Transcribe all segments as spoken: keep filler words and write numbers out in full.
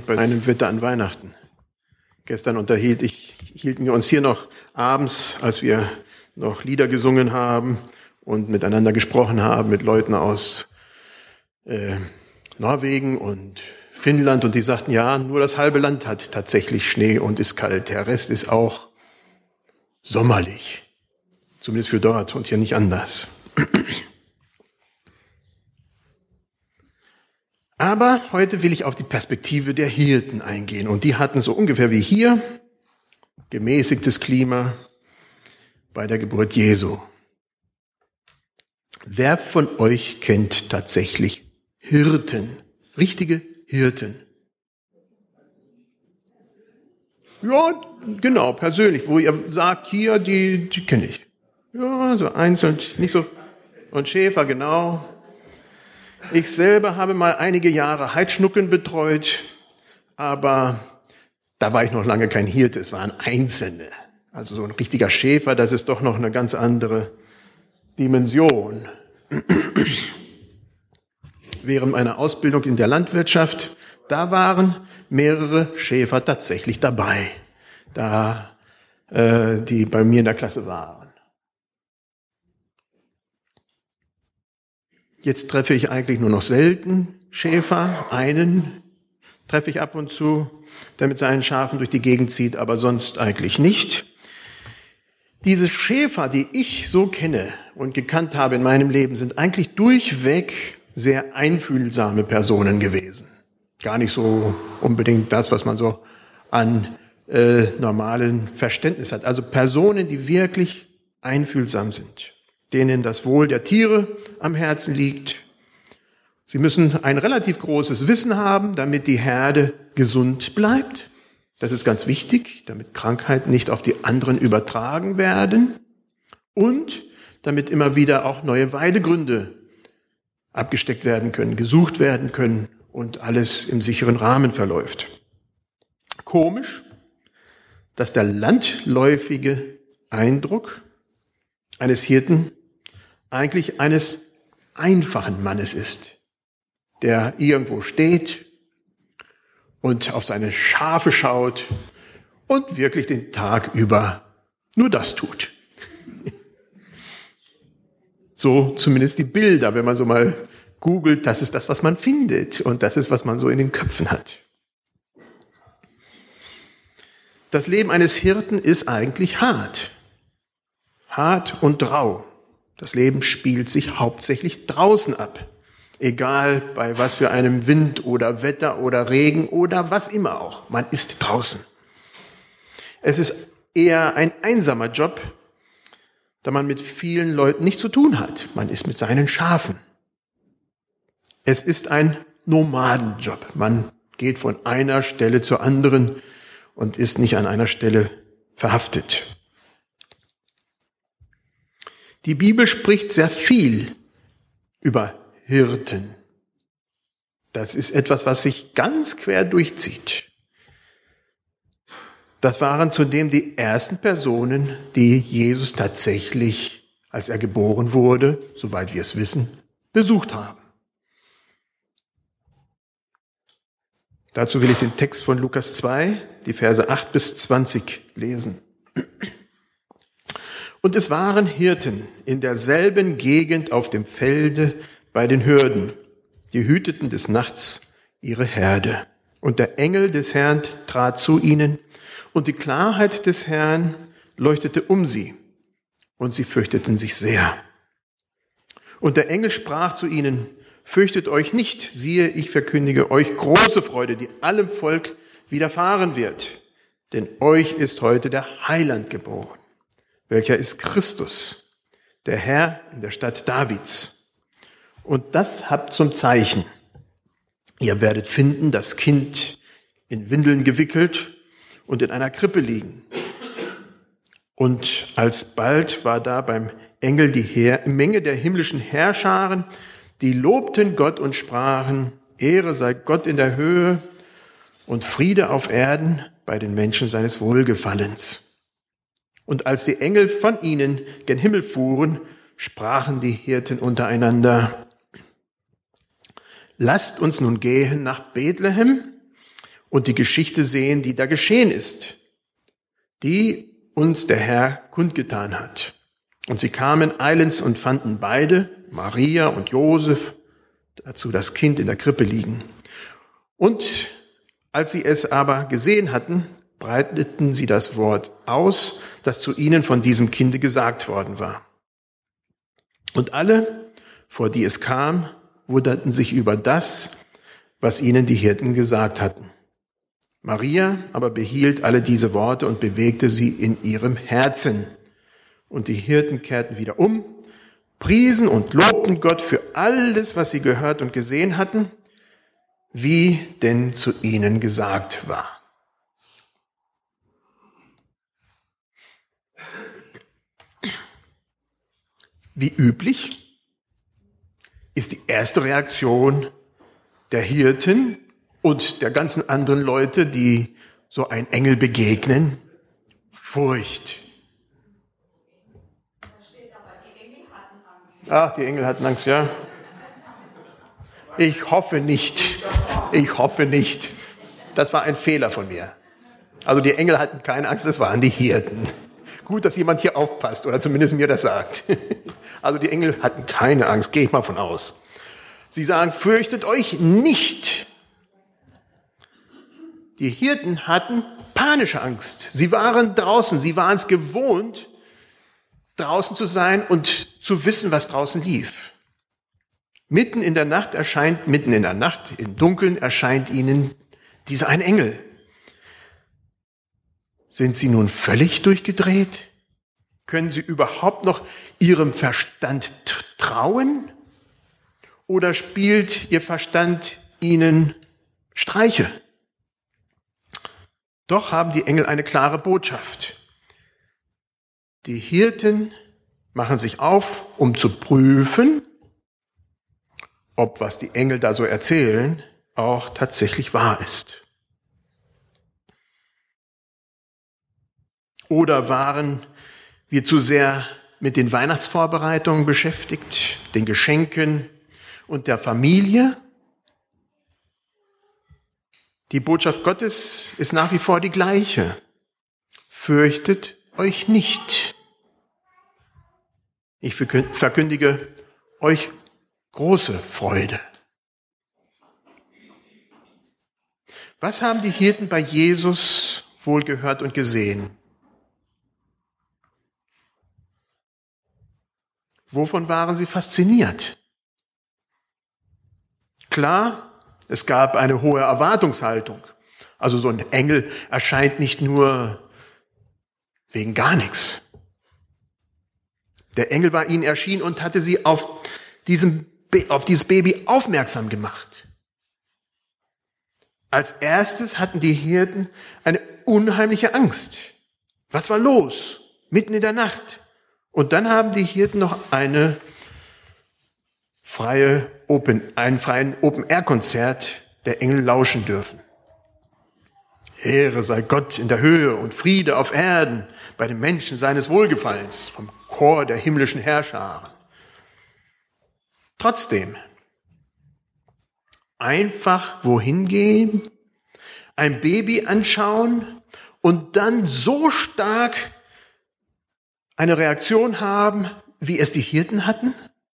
bei einem Wetter an Weihnachten. Gestern unterhielt ich, hielten wir uns hier noch abends, als wir noch Lieder gesungen haben und miteinander gesprochen haben mit Leuten aus äh, Norwegen und Finnland, und die sagten, ja, nur das halbe Land hat tatsächlich Schnee und ist kalt. Der Rest ist auch sommerlich. Zumindest für dort und hier nicht anders. Aber heute will ich auf die Perspektive der Hirten eingehen. Und die hatten so ungefähr wie hier gemäßigtes Klima bei der Geburt Jesu. Wer von euch kennt tatsächlich Hirten? Richtige Hirten? Ja, genau, persönlich. Wo ihr sagt, hier, die, die kenne ich. Ja, so einzeln, nicht so. Und Schäfer, genau. Ich selber habe mal einige Jahre Heidschnucken betreut, aber da war ich noch lange kein Hirte, es waren Einzelne. Also so ein richtiger Schäfer, das ist doch noch eine ganz andere Dimension. Während meiner Ausbildung in der Landwirtschaft, da waren mehrere Schäfer tatsächlich dabei, da äh, die bei mir in der Klasse waren. Jetzt treffe ich eigentlich nur noch selten Schäfer. Einen treffe ich ab und zu, der mit seinen Schafen durch die Gegend zieht, aber sonst eigentlich nicht. Diese Schäfer, die ich so kenne und gekannt habe in meinem Leben, sind eigentlich durchweg sehr einfühlsame Personen gewesen. Gar nicht so unbedingt das, was man so an äh, normalen Verständnis hat. Also Personen, die wirklich einfühlsam sind, denen das Wohl der Tiere am Herzen liegt. Sie müssen ein relativ großes Wissen haben, damit die Herde gesund bleibt. Das ist ganz wichtig, damit Krankheiten nicht auf die anderen übertragen werden und damit immer wieder auch neue Weidegründe abgesteckt werden können, gesucht werden können und alles im sicheren Rahmen verläuft. Komisch, dass der landläufige Eindruck eines Hirten eigentlich eines einfachen Mannes ist, der irgendwo steht und auf seine Schafe schaut und wirklich den Tag über nur das tut. So zumindest die Bilder, wenn man so mal googelt, das ist das, was man findet und das ist, was man so in den Köpfen hat. Das Leben eines Hirten ist eigentlich hart. Hart und rau. Das Leben spielt sich hauptsächlich draußen ab. Egal bei was für einem Wind oder Wetter oder Regen oder was immer auch. Man ist draußen. Es ist eher ein einsamer Job, da man mit vielen Leuten nichts zu tun hat. Man ist mit seinen Schafen. Es ist ein Nomadenjob. Man geht von einer Stelle zur anderen und ist nicht an einer Stelle verhaftet. Die Bibel spricht sehr viel über Hirten. Das ist etwas, was sich ganz quer durchzieht. Das waren zudem die ersten Personen, die Jesus tatsächlich, als er geboren wurde, soweit wir es wissen, besucht haben. Dazu will ich den Text von Lukas zwei, die Verse acht bis zwanzig lesen. Und es waren Hirten in derselben Gegend auf dem Felde bei den Hürden, die hüteten des Nachts ihre Herde. Und der Engel des Herrn trat zu ihnen, und die Klarheit des Herrn leuchtete um sie, und sie fürchteten sich sehr. Und der Engel sprach zu ihnen, fürchtet euch nicht, siehe, ich verkündige euch große Freude, die allem Volk widerfahren wird. Denn euch ist heute der Heiland geboren, welcher ist Christus, der Herr in der Stadt Davids. Und das habt zum Zeichen. Ihr werdet finden, das Kind in Windeln gewickelt und in einer Krippe liegen. Und alsbald war da beim Engel die Heer, Menge der himmlischen Heerscharen, die lobten Gott und sprachen, Ehre sei Gott in der Höhe und Friede auf Erden bei den Menschen seines Wohlgefallens. Und als die Engel von ihnen gen Himmel fuhren, sprachen die Hirten untereinander, lasst uns nun gehen nach Bethlehem und die Geschichte sehen, die da geschehen ist, die uns der Herr kundgetan hat. Und sie kamen eilends und fanden beide, Maria und Josef, dazu das Kind in der Krippe liegen. Und als sie es aber gesehen hatten, breiteten sie das Wort aus, das zu ihnen von diesem Kinde gesagt worden war. Und alle, vor die es kam, wunderten sich über das, was ihnen die Hirten gesagt hatten. Maria aber behielt alle diese Worte und bewegte sie in ihrem Herzen. Und die Hirten kehrten wieder um, priesen und lobten Gott für alles, was sie gehört und gesehen hatten, wie denn zu ihnen gesagt war. Wie üblich ist die erste Reaktion der Hirten und der ganzen anderen Leute, die so ein Engel begegnen, Furcht. Ach, die Engel hatten Angst, ja. Ich hoffe nicht. Ich hoffe nicht. Das war ein Fehler von mir. Also die Engel hatten keine Angst, das waren die Hirten. Gut, dass jemand hier aufpasst oder zumindest mir das sagt. Also die Engel hatten keine Angst, gehe ich mal von aus. Sie sagen, fürchtet euch nicht. Die Hirten hatten panische Angst. Sie waren draußen, sie waren es gewohnt, draußen zu sein und zu wissen, was draußen lief. Mitten in der Nacht erscheint, mitten in der Nacht, im Dunkeln erscheint ihnen dieser ein Engel. Sind sie nun völlig durchgedreht? Können sie überhaupt noch ihrem Verstand trauen? Oder spielt ihr Verstand ihnen Streiche? Doch haben die Engel eine klare Botschaft. Die Hirten machen sich auf, um zu prüfen, ob was die Engel da so erzählen, auch tatsächlich wahr ist. Oder waren wir zu sehr mit den Weihnachtsvorbereitungen beschäftigt, den Geschenken und der Familie? Die Botschaft Gottes ist nach wie vor die gleiche. Fürchtet euch nicht. Ich verkündige euch große Freude. Was haben die Hirten bei Jesus wohl gehört und gesehen? Wovon waren sie fasziniert? Klar, es gab eine hohe Erwartungshaltung. Also so ein Engel erscheint nicht nur wegen gar nichts. Der Engel war ihnen erschienen und hatte sie auf, diesem, auf dieses Baby aufmerksam gemacht. Als erstes hatten die Hirten eine unheimliche Angst. Was war los? Mitten in der Nacht. Und dann haben die Hirten noch eine freie Open, einen freien Open-Air-Konzert der Engel lauschen dürfen. Ehre sei Gott in der Höhe und Friede auf Erden bei den Menschen seines Wohlgefallens vom Chor der himmlischen Herrscharen. Trotzdem, einfach wohin gehen, ein Baby anschauen und dann so stark eine Reaktion haben, wie es die Hirten hatten?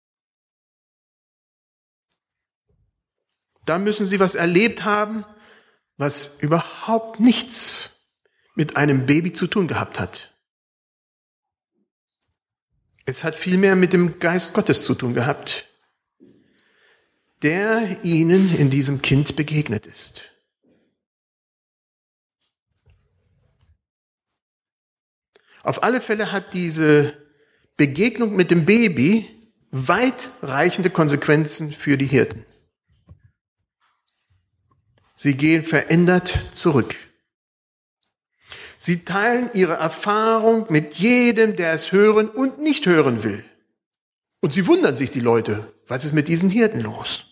Da müssen sie was erlebt haben, was überhaupt nichts mit einem Baby zu tun gehabt hat. Es hat vielmehr mit dem Geist Gottes zu tun gehabt, der ihnen in diesem Kind begegnet ist. Auf alle Fälle hat diese Begegnung mit dem Baby weitreichende Konsequenzen für die Hirten. Sie gehen verändert zurück. Sie teilen ihre Erfahrung mit jedem, der es hören und nicht hören will. Und sie wundern sich, die Leute, was ist mit diesen Hirten los?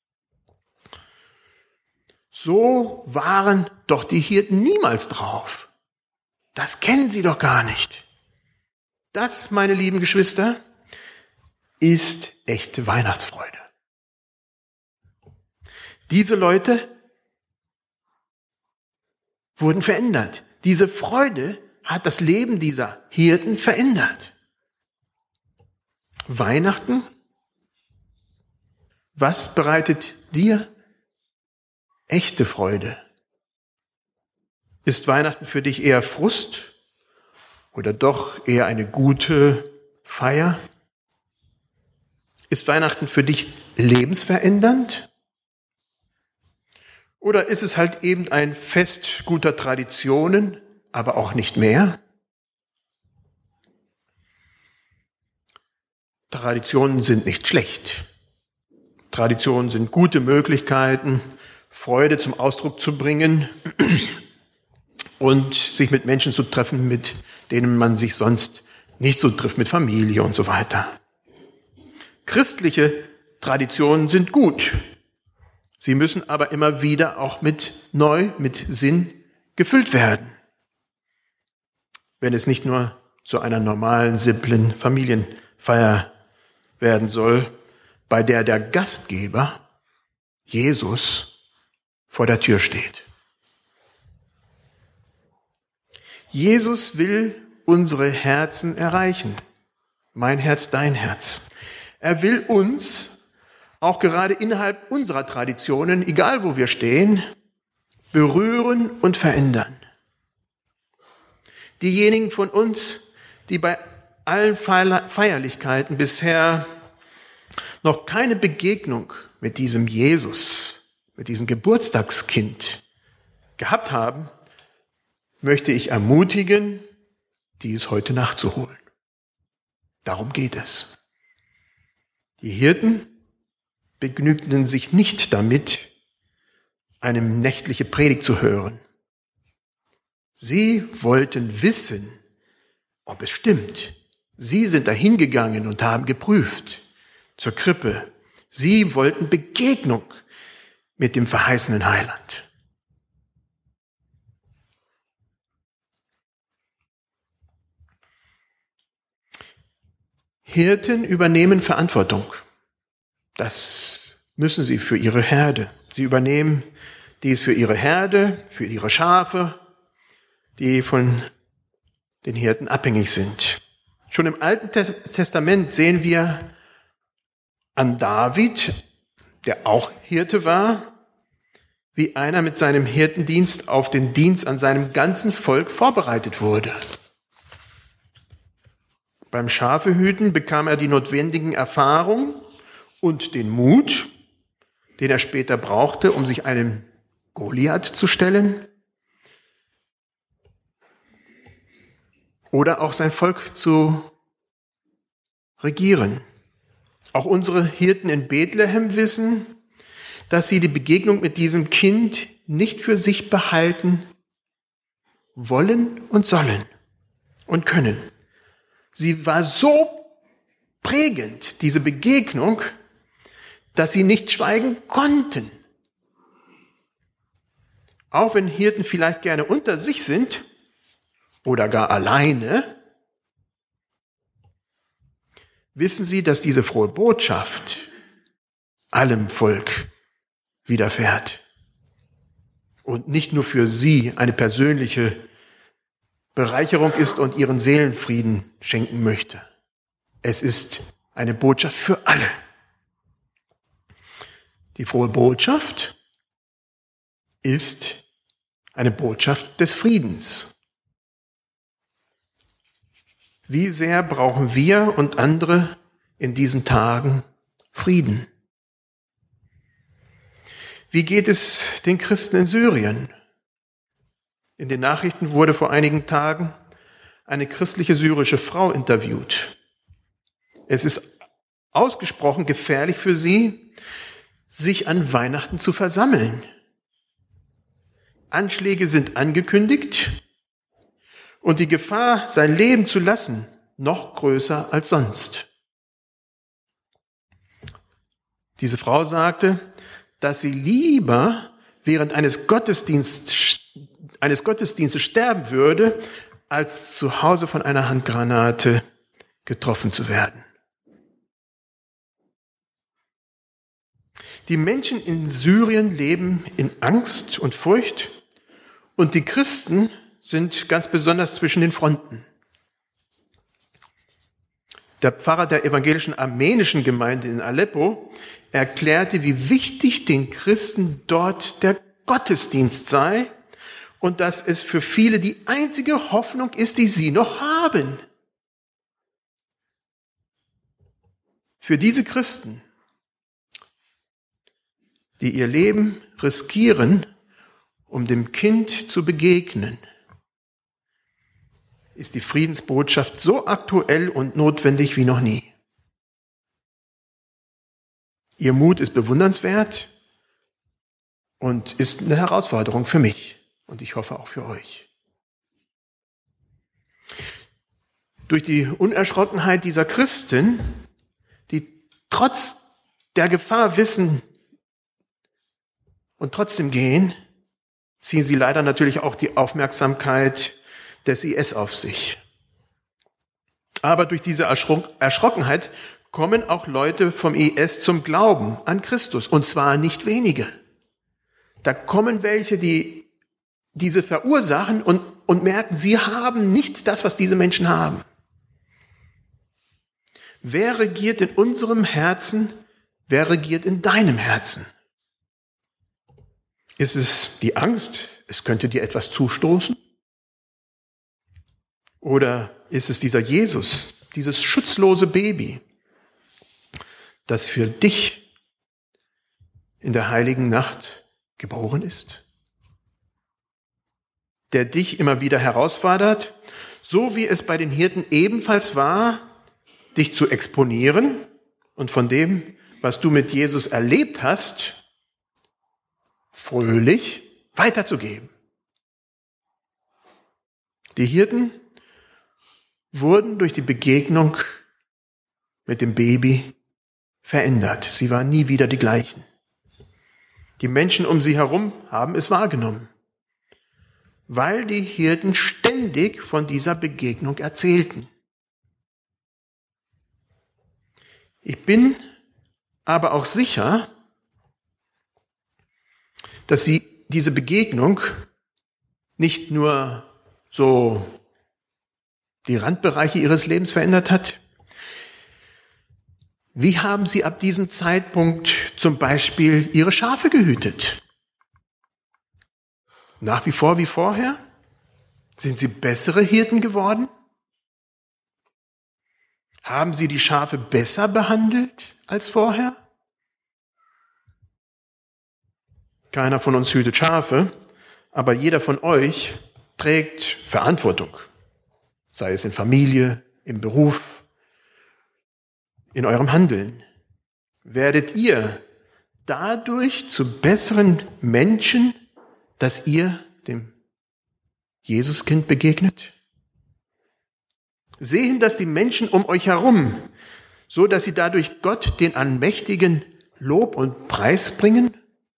So waren doch die Hirten niemals drauf. Das kennen sie doch gar nicht. Das, meine lieben Geschwister, ist echte Weihnachtsfreude. Diese Leute wurden verändert. Diese Freude hat das Leben dieser Hirten verändert. Weihnachten, was bereitet dir echte Freude? Ist Weihnachten für dich eher Frust oder doch eher eine gute Feier? Ist Weihnachten für dich lebensverändernd? Oder ist es halt eben ein Fest guter Traditionen, aber auch nicht mehr? Traditionen sind nicht schlecht. Traditionen sind gute Möglichkeiten, Freude zum Ausdruck zu bringen und sich mit Menschen zu treffen, mit denen man sich sonst nicht so trifft, mit Familie und so weiter. Christliche Traditionen sind gut. Sie müssen aber immer wieder auch mit neu, mit Sinn gefüllt werden. Wenn es nicht nur zu einer normalen, simplen Familienfeier werden soll, bei der der Gastgeber, Jesus, vor der Tür steht. Jesus will unsere Herzen erreichen. Mein Herz, dein Herz. Er will uns, auch gerade innerhalb unserer Traditionen, egal wo wir stehen, berühren und verändern. Diejenigen von uns, die bei allen Feierlichkeiten bisher noch keine Begegnung mit diesem Jesus, mit diesem Geburtstagskind gehabt haben, möchte ich ermutigen, dies heute nachzuholen. Darum geht es. Die Hirten begnügten sich nicht damit, eine nächtliche Predigt zu hören. Sie wollten wissen, ob es stimmt. Sie sind dahin gegangen und haben geprüft zur Krippe. Sie wollten Begegnung mit dem verheißenen Heiland. Hirten übernehmen Verantwortung. Das müssen sie für ihre Herde. Sie übernehmen dies für ihre Herde, für ihre Schafe, die von den Hirten abhängig sind. Schon im Alten Testament sehen wir an David, der auch Hirte war, wie einer mit seinem Hirtendienst auf den Dienst an seinem ganzen Volk vorbereitet wurde. Beim Schafehüten bekam er die notwendigen Erfahrungen und den Mut, den er später brauchte, um sich einem Goliath zu stellen oder auch sein Volk zu regieren. Auch unsere Hirten in Bethlehem wissen, dass sie die Begegnung mit diesem Kind nicht für sich behalten wollen und sollen und können. Sie war so prägend, diese Begegnung, dass sie nicht schweigen konnten. Auch wenn Hirten vielleicht gerne unter sich sind oder gar alleine, wissen sie, dass diese frohe Botschaft allem Volk widerfährt und nicht nur für sie eine persönliche Bereicherung ist und ihren Seelenfrieden schenken möchte. Es ist eine Botschaft für alle. Die frohe Botschaft ist eine Botschaft des Friedens. Wie sehr brauchen wir und andere in diesen Tagen Frieden? Wie geht es den Christen in Syrien? In den Nachrichten wurde vor einigen Tagen eine christliche syrische Frau interviewt. Es ist ausgesprochen gefährlich für sie, sich an Weihnachten zu versammeln. Anschläge sind angekündigt und die Gefahr, sein Leben zu lassen, noch größer als sonst. Diese Frau sagte, dass sie lieber während eines Gottesdienstes, eines Gottesdienstes sterben würde, als zu Hause von einer Handgranate getroffen zu werden. Die Menschen in Syrien leben in Angst und Furcht Und die Christen sind ganz besonders zwischen den Fronten. Der Pfarrer der evangelischen armenischen Gemeinde in Aleppo erklärte, wie wichtig den Christen dort der Gottesdienst sei und dass es für viele die einzige Hoffnung ist, die sie noch haben. Für diese Christen, die ihr Leben riskieren, um dem Kind zu begegnen, ist die Friedensbotschaft so aktuell und notwendig wie noch nie. Ihr Mut ist bewundernswert und ist eine Herausforderung für mich und ich hoffe auch für euch. Durch die Unerschrockenheit dieser Christen, die trotz der Gefahr wissen und trotzdem gehen, ziehen sie leider natürlich auch die Aufmerksamkeit des I S auf sich. Aber durch diese Erschrockenheit kommen auch Leute vom I S zum Glauben an Christus, und zwar nicht wenige. Da kommen welche, die diese verursachen und, und merken, sie haben nicht das, was diese Menschen haben. Wer regiert in unserem Herzen? Wer regiert in deinem Herzen? Ist es die Angst, es könnte dir etwas zustoßen? Oder ist es dieser Jesus, dieses schutzlose Baby, das für dich in der heiligen Nacht geboren ist? Der dich immer wieder herausfordert, so wie es bei den Hirten ebenfalls war, dich zu exponieren und von dem, was du mit Jesus erlebt hast, fröhlich weiterzugeben. Die Hirten wurden durch die Begegnung mit dem Baby verändert. Sie waren nie wieder die gleichen. Die Menschen um sie herum haben es wahrgenommen, weil die Hirten ständig von dieser Begegnung erzählten. Ich bin aber auch sicher, dass sie diese Begegnung nicht nur so die Randbereiche ihres Lebens verändert hat. Wie haben sie ab diesem Zeitpunkt zum Beispiel ihre Schafe gehütet? Nach wie vor wie vorher? Sind sie bessere Hirten geworden? Haben sie die Schafe besser behandelt als vorher? Keiner von uns hütet Schafe, aber jeder von euch trägt Verantwortung. Sei es in Familie, im Beruf, in eurem Handeln. Werdet ihr dadurch zu besseren Menschen, dass ihr dem Jesuskind begegnet? Sehen das die Menschen um euch herum, so dass sie dadurch Gott, den Allmächtigen, Lob und Preis bringen?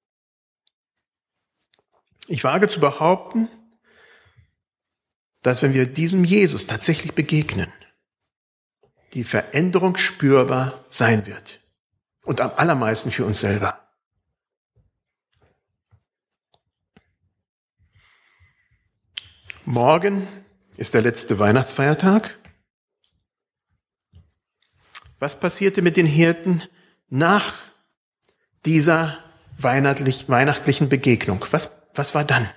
Ich wage zu behaupten, dass wenn wir diesem Jesus tatsächlich begegnen, die Veränderung spürbar sein wird. Und am allermeisten für uns selber. Morgen ist der letzte Weihnachtsfeiertag. Was passierte mit den Hirten nach dieser weihnachtlich, weihnachtlichen Begegnung? Was, was war dann?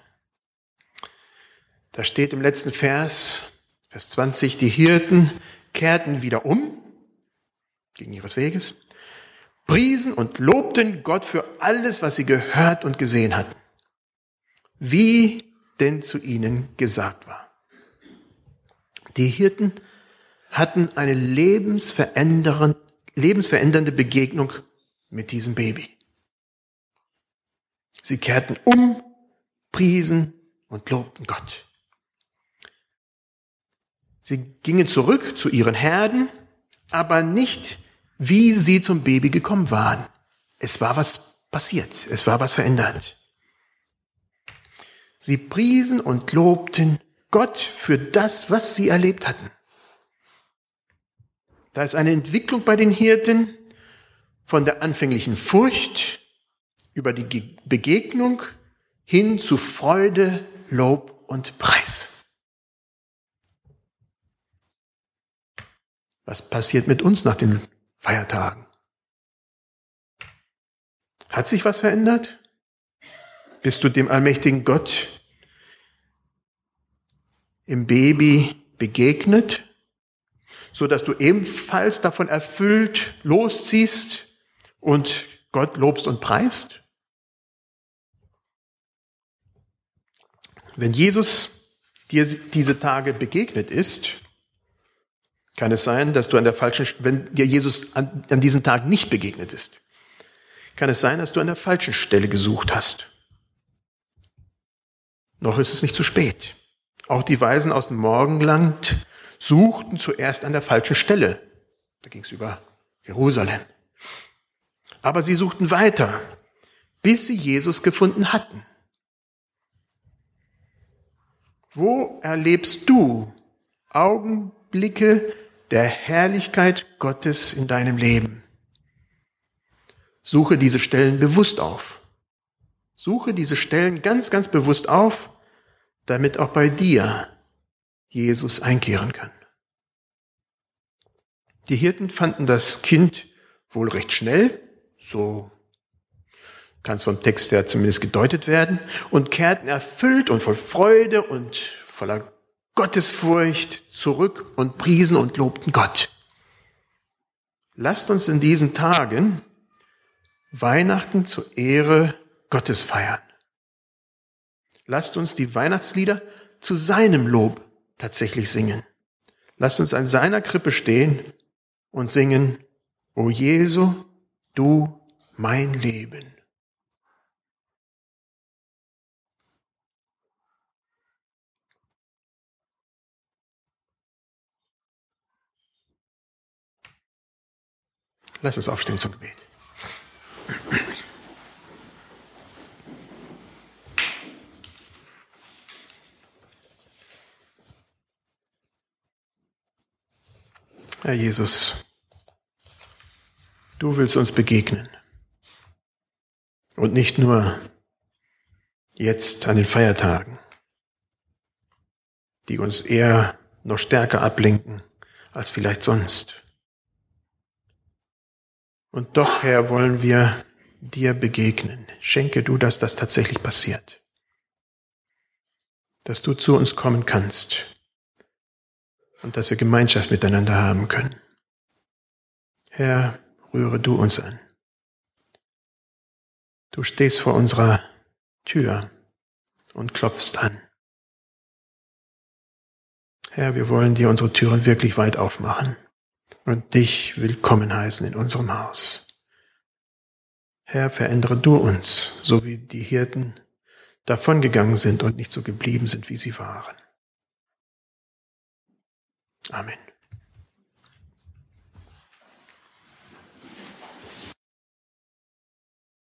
Da steht im letzten Vers, Vers zwanzig, die Hirten kehrten wieder um, gegen ihres Weges, priesen und lobten Gott für alles, was sie gehört und gesehen hatten, wie denn zu ihnen gesagt war. Die Hirten hatten eine lebensverändernde, lebensverändernde Begegnung mit diesem Baby. Sie kehrten um, priesen und lobten Gott. Sie gingen zurück zu ihren Herden, aber nicht, wie sie zum Baby gekommen waren. Es war was passiert, es war was verändert. Sie priesen und lobten Gott für das, was sie erlebt hatten. Da ist eine Entwicklung bei den Hirten von der anfänglichen Furcht über die Begegnung hin zu Freude Lob und Preis. Was passiert mit uns nach den Feiertagen? Hat sich was verändert? Bist du dem allmächtigen Gott im Baby begegnet, so dass du ebenfalls davon erfüllt losziehst und Gott lobst und preist? Wenn Jesus dir diese Tage begegnet ist, kann es sein, dass du an der falschen, wenn dir Jesus an, an diesen Tag nicht begegnet ist, kann es sein, dass du an der falschen Stelle gesucht hast. Noch ist es nicht zu spät. Auch die Weisen aus dem Morgenland suchten zuerst an der falschen Stelle. Da ging es über Jerusalem. Aber sie suchten weiter, bis sie Jesus gefunden hatten. Wo erlebst du Augenblicke der Herrlichkeit Gottes in deinem Leben? Suche diese Stellen bewusst auf. Suche diese Stellen ganz, ganz bewusst auf, damit auch bei dir Jesus einkehren kann. Die Hirten fanden das Kind wohl recht schnell, so kann es vom Text her zumindest gedeutet werden, und kehrten erfüllt und voll Freude und voller Gottesfurcht zurück und priesen und lobten Gott. Lasst uns in diesen Tagen Weihnachten zur Ehre Gottes feiern. Lasst uns die Weihnachtslieder zu seinem Lob tatsächlich singen. Lasst uns an seiner Krippe stehen und singen: O Jesu, du mein Leben. Lass uns aufstehen zum Gebet. Herr Jesus, du willst uns begegnen. Und nicht nur jetzt an den Feiertagen, die uns eher noch stärker ablenken als vielleicht sonst. Und doch, Herr, wollen wir dir begegnen. Schenke du, dass das tatsächlich passiert. Dass du zu uns kommen kannst und dass wir Gemeinschaft miteinander haben können. Herr, rühre du uns an. Du stehst vor unserer Tür und klopfst an. Herr, wir wollen dir unsere Türen wirklich weit aufmachen und dich willkommen heißen in unserem Haus. Herr, verändere du uns, so wie die Hirten davongegangen sind und nicht so geblieben sind, wie sie waren. Amen.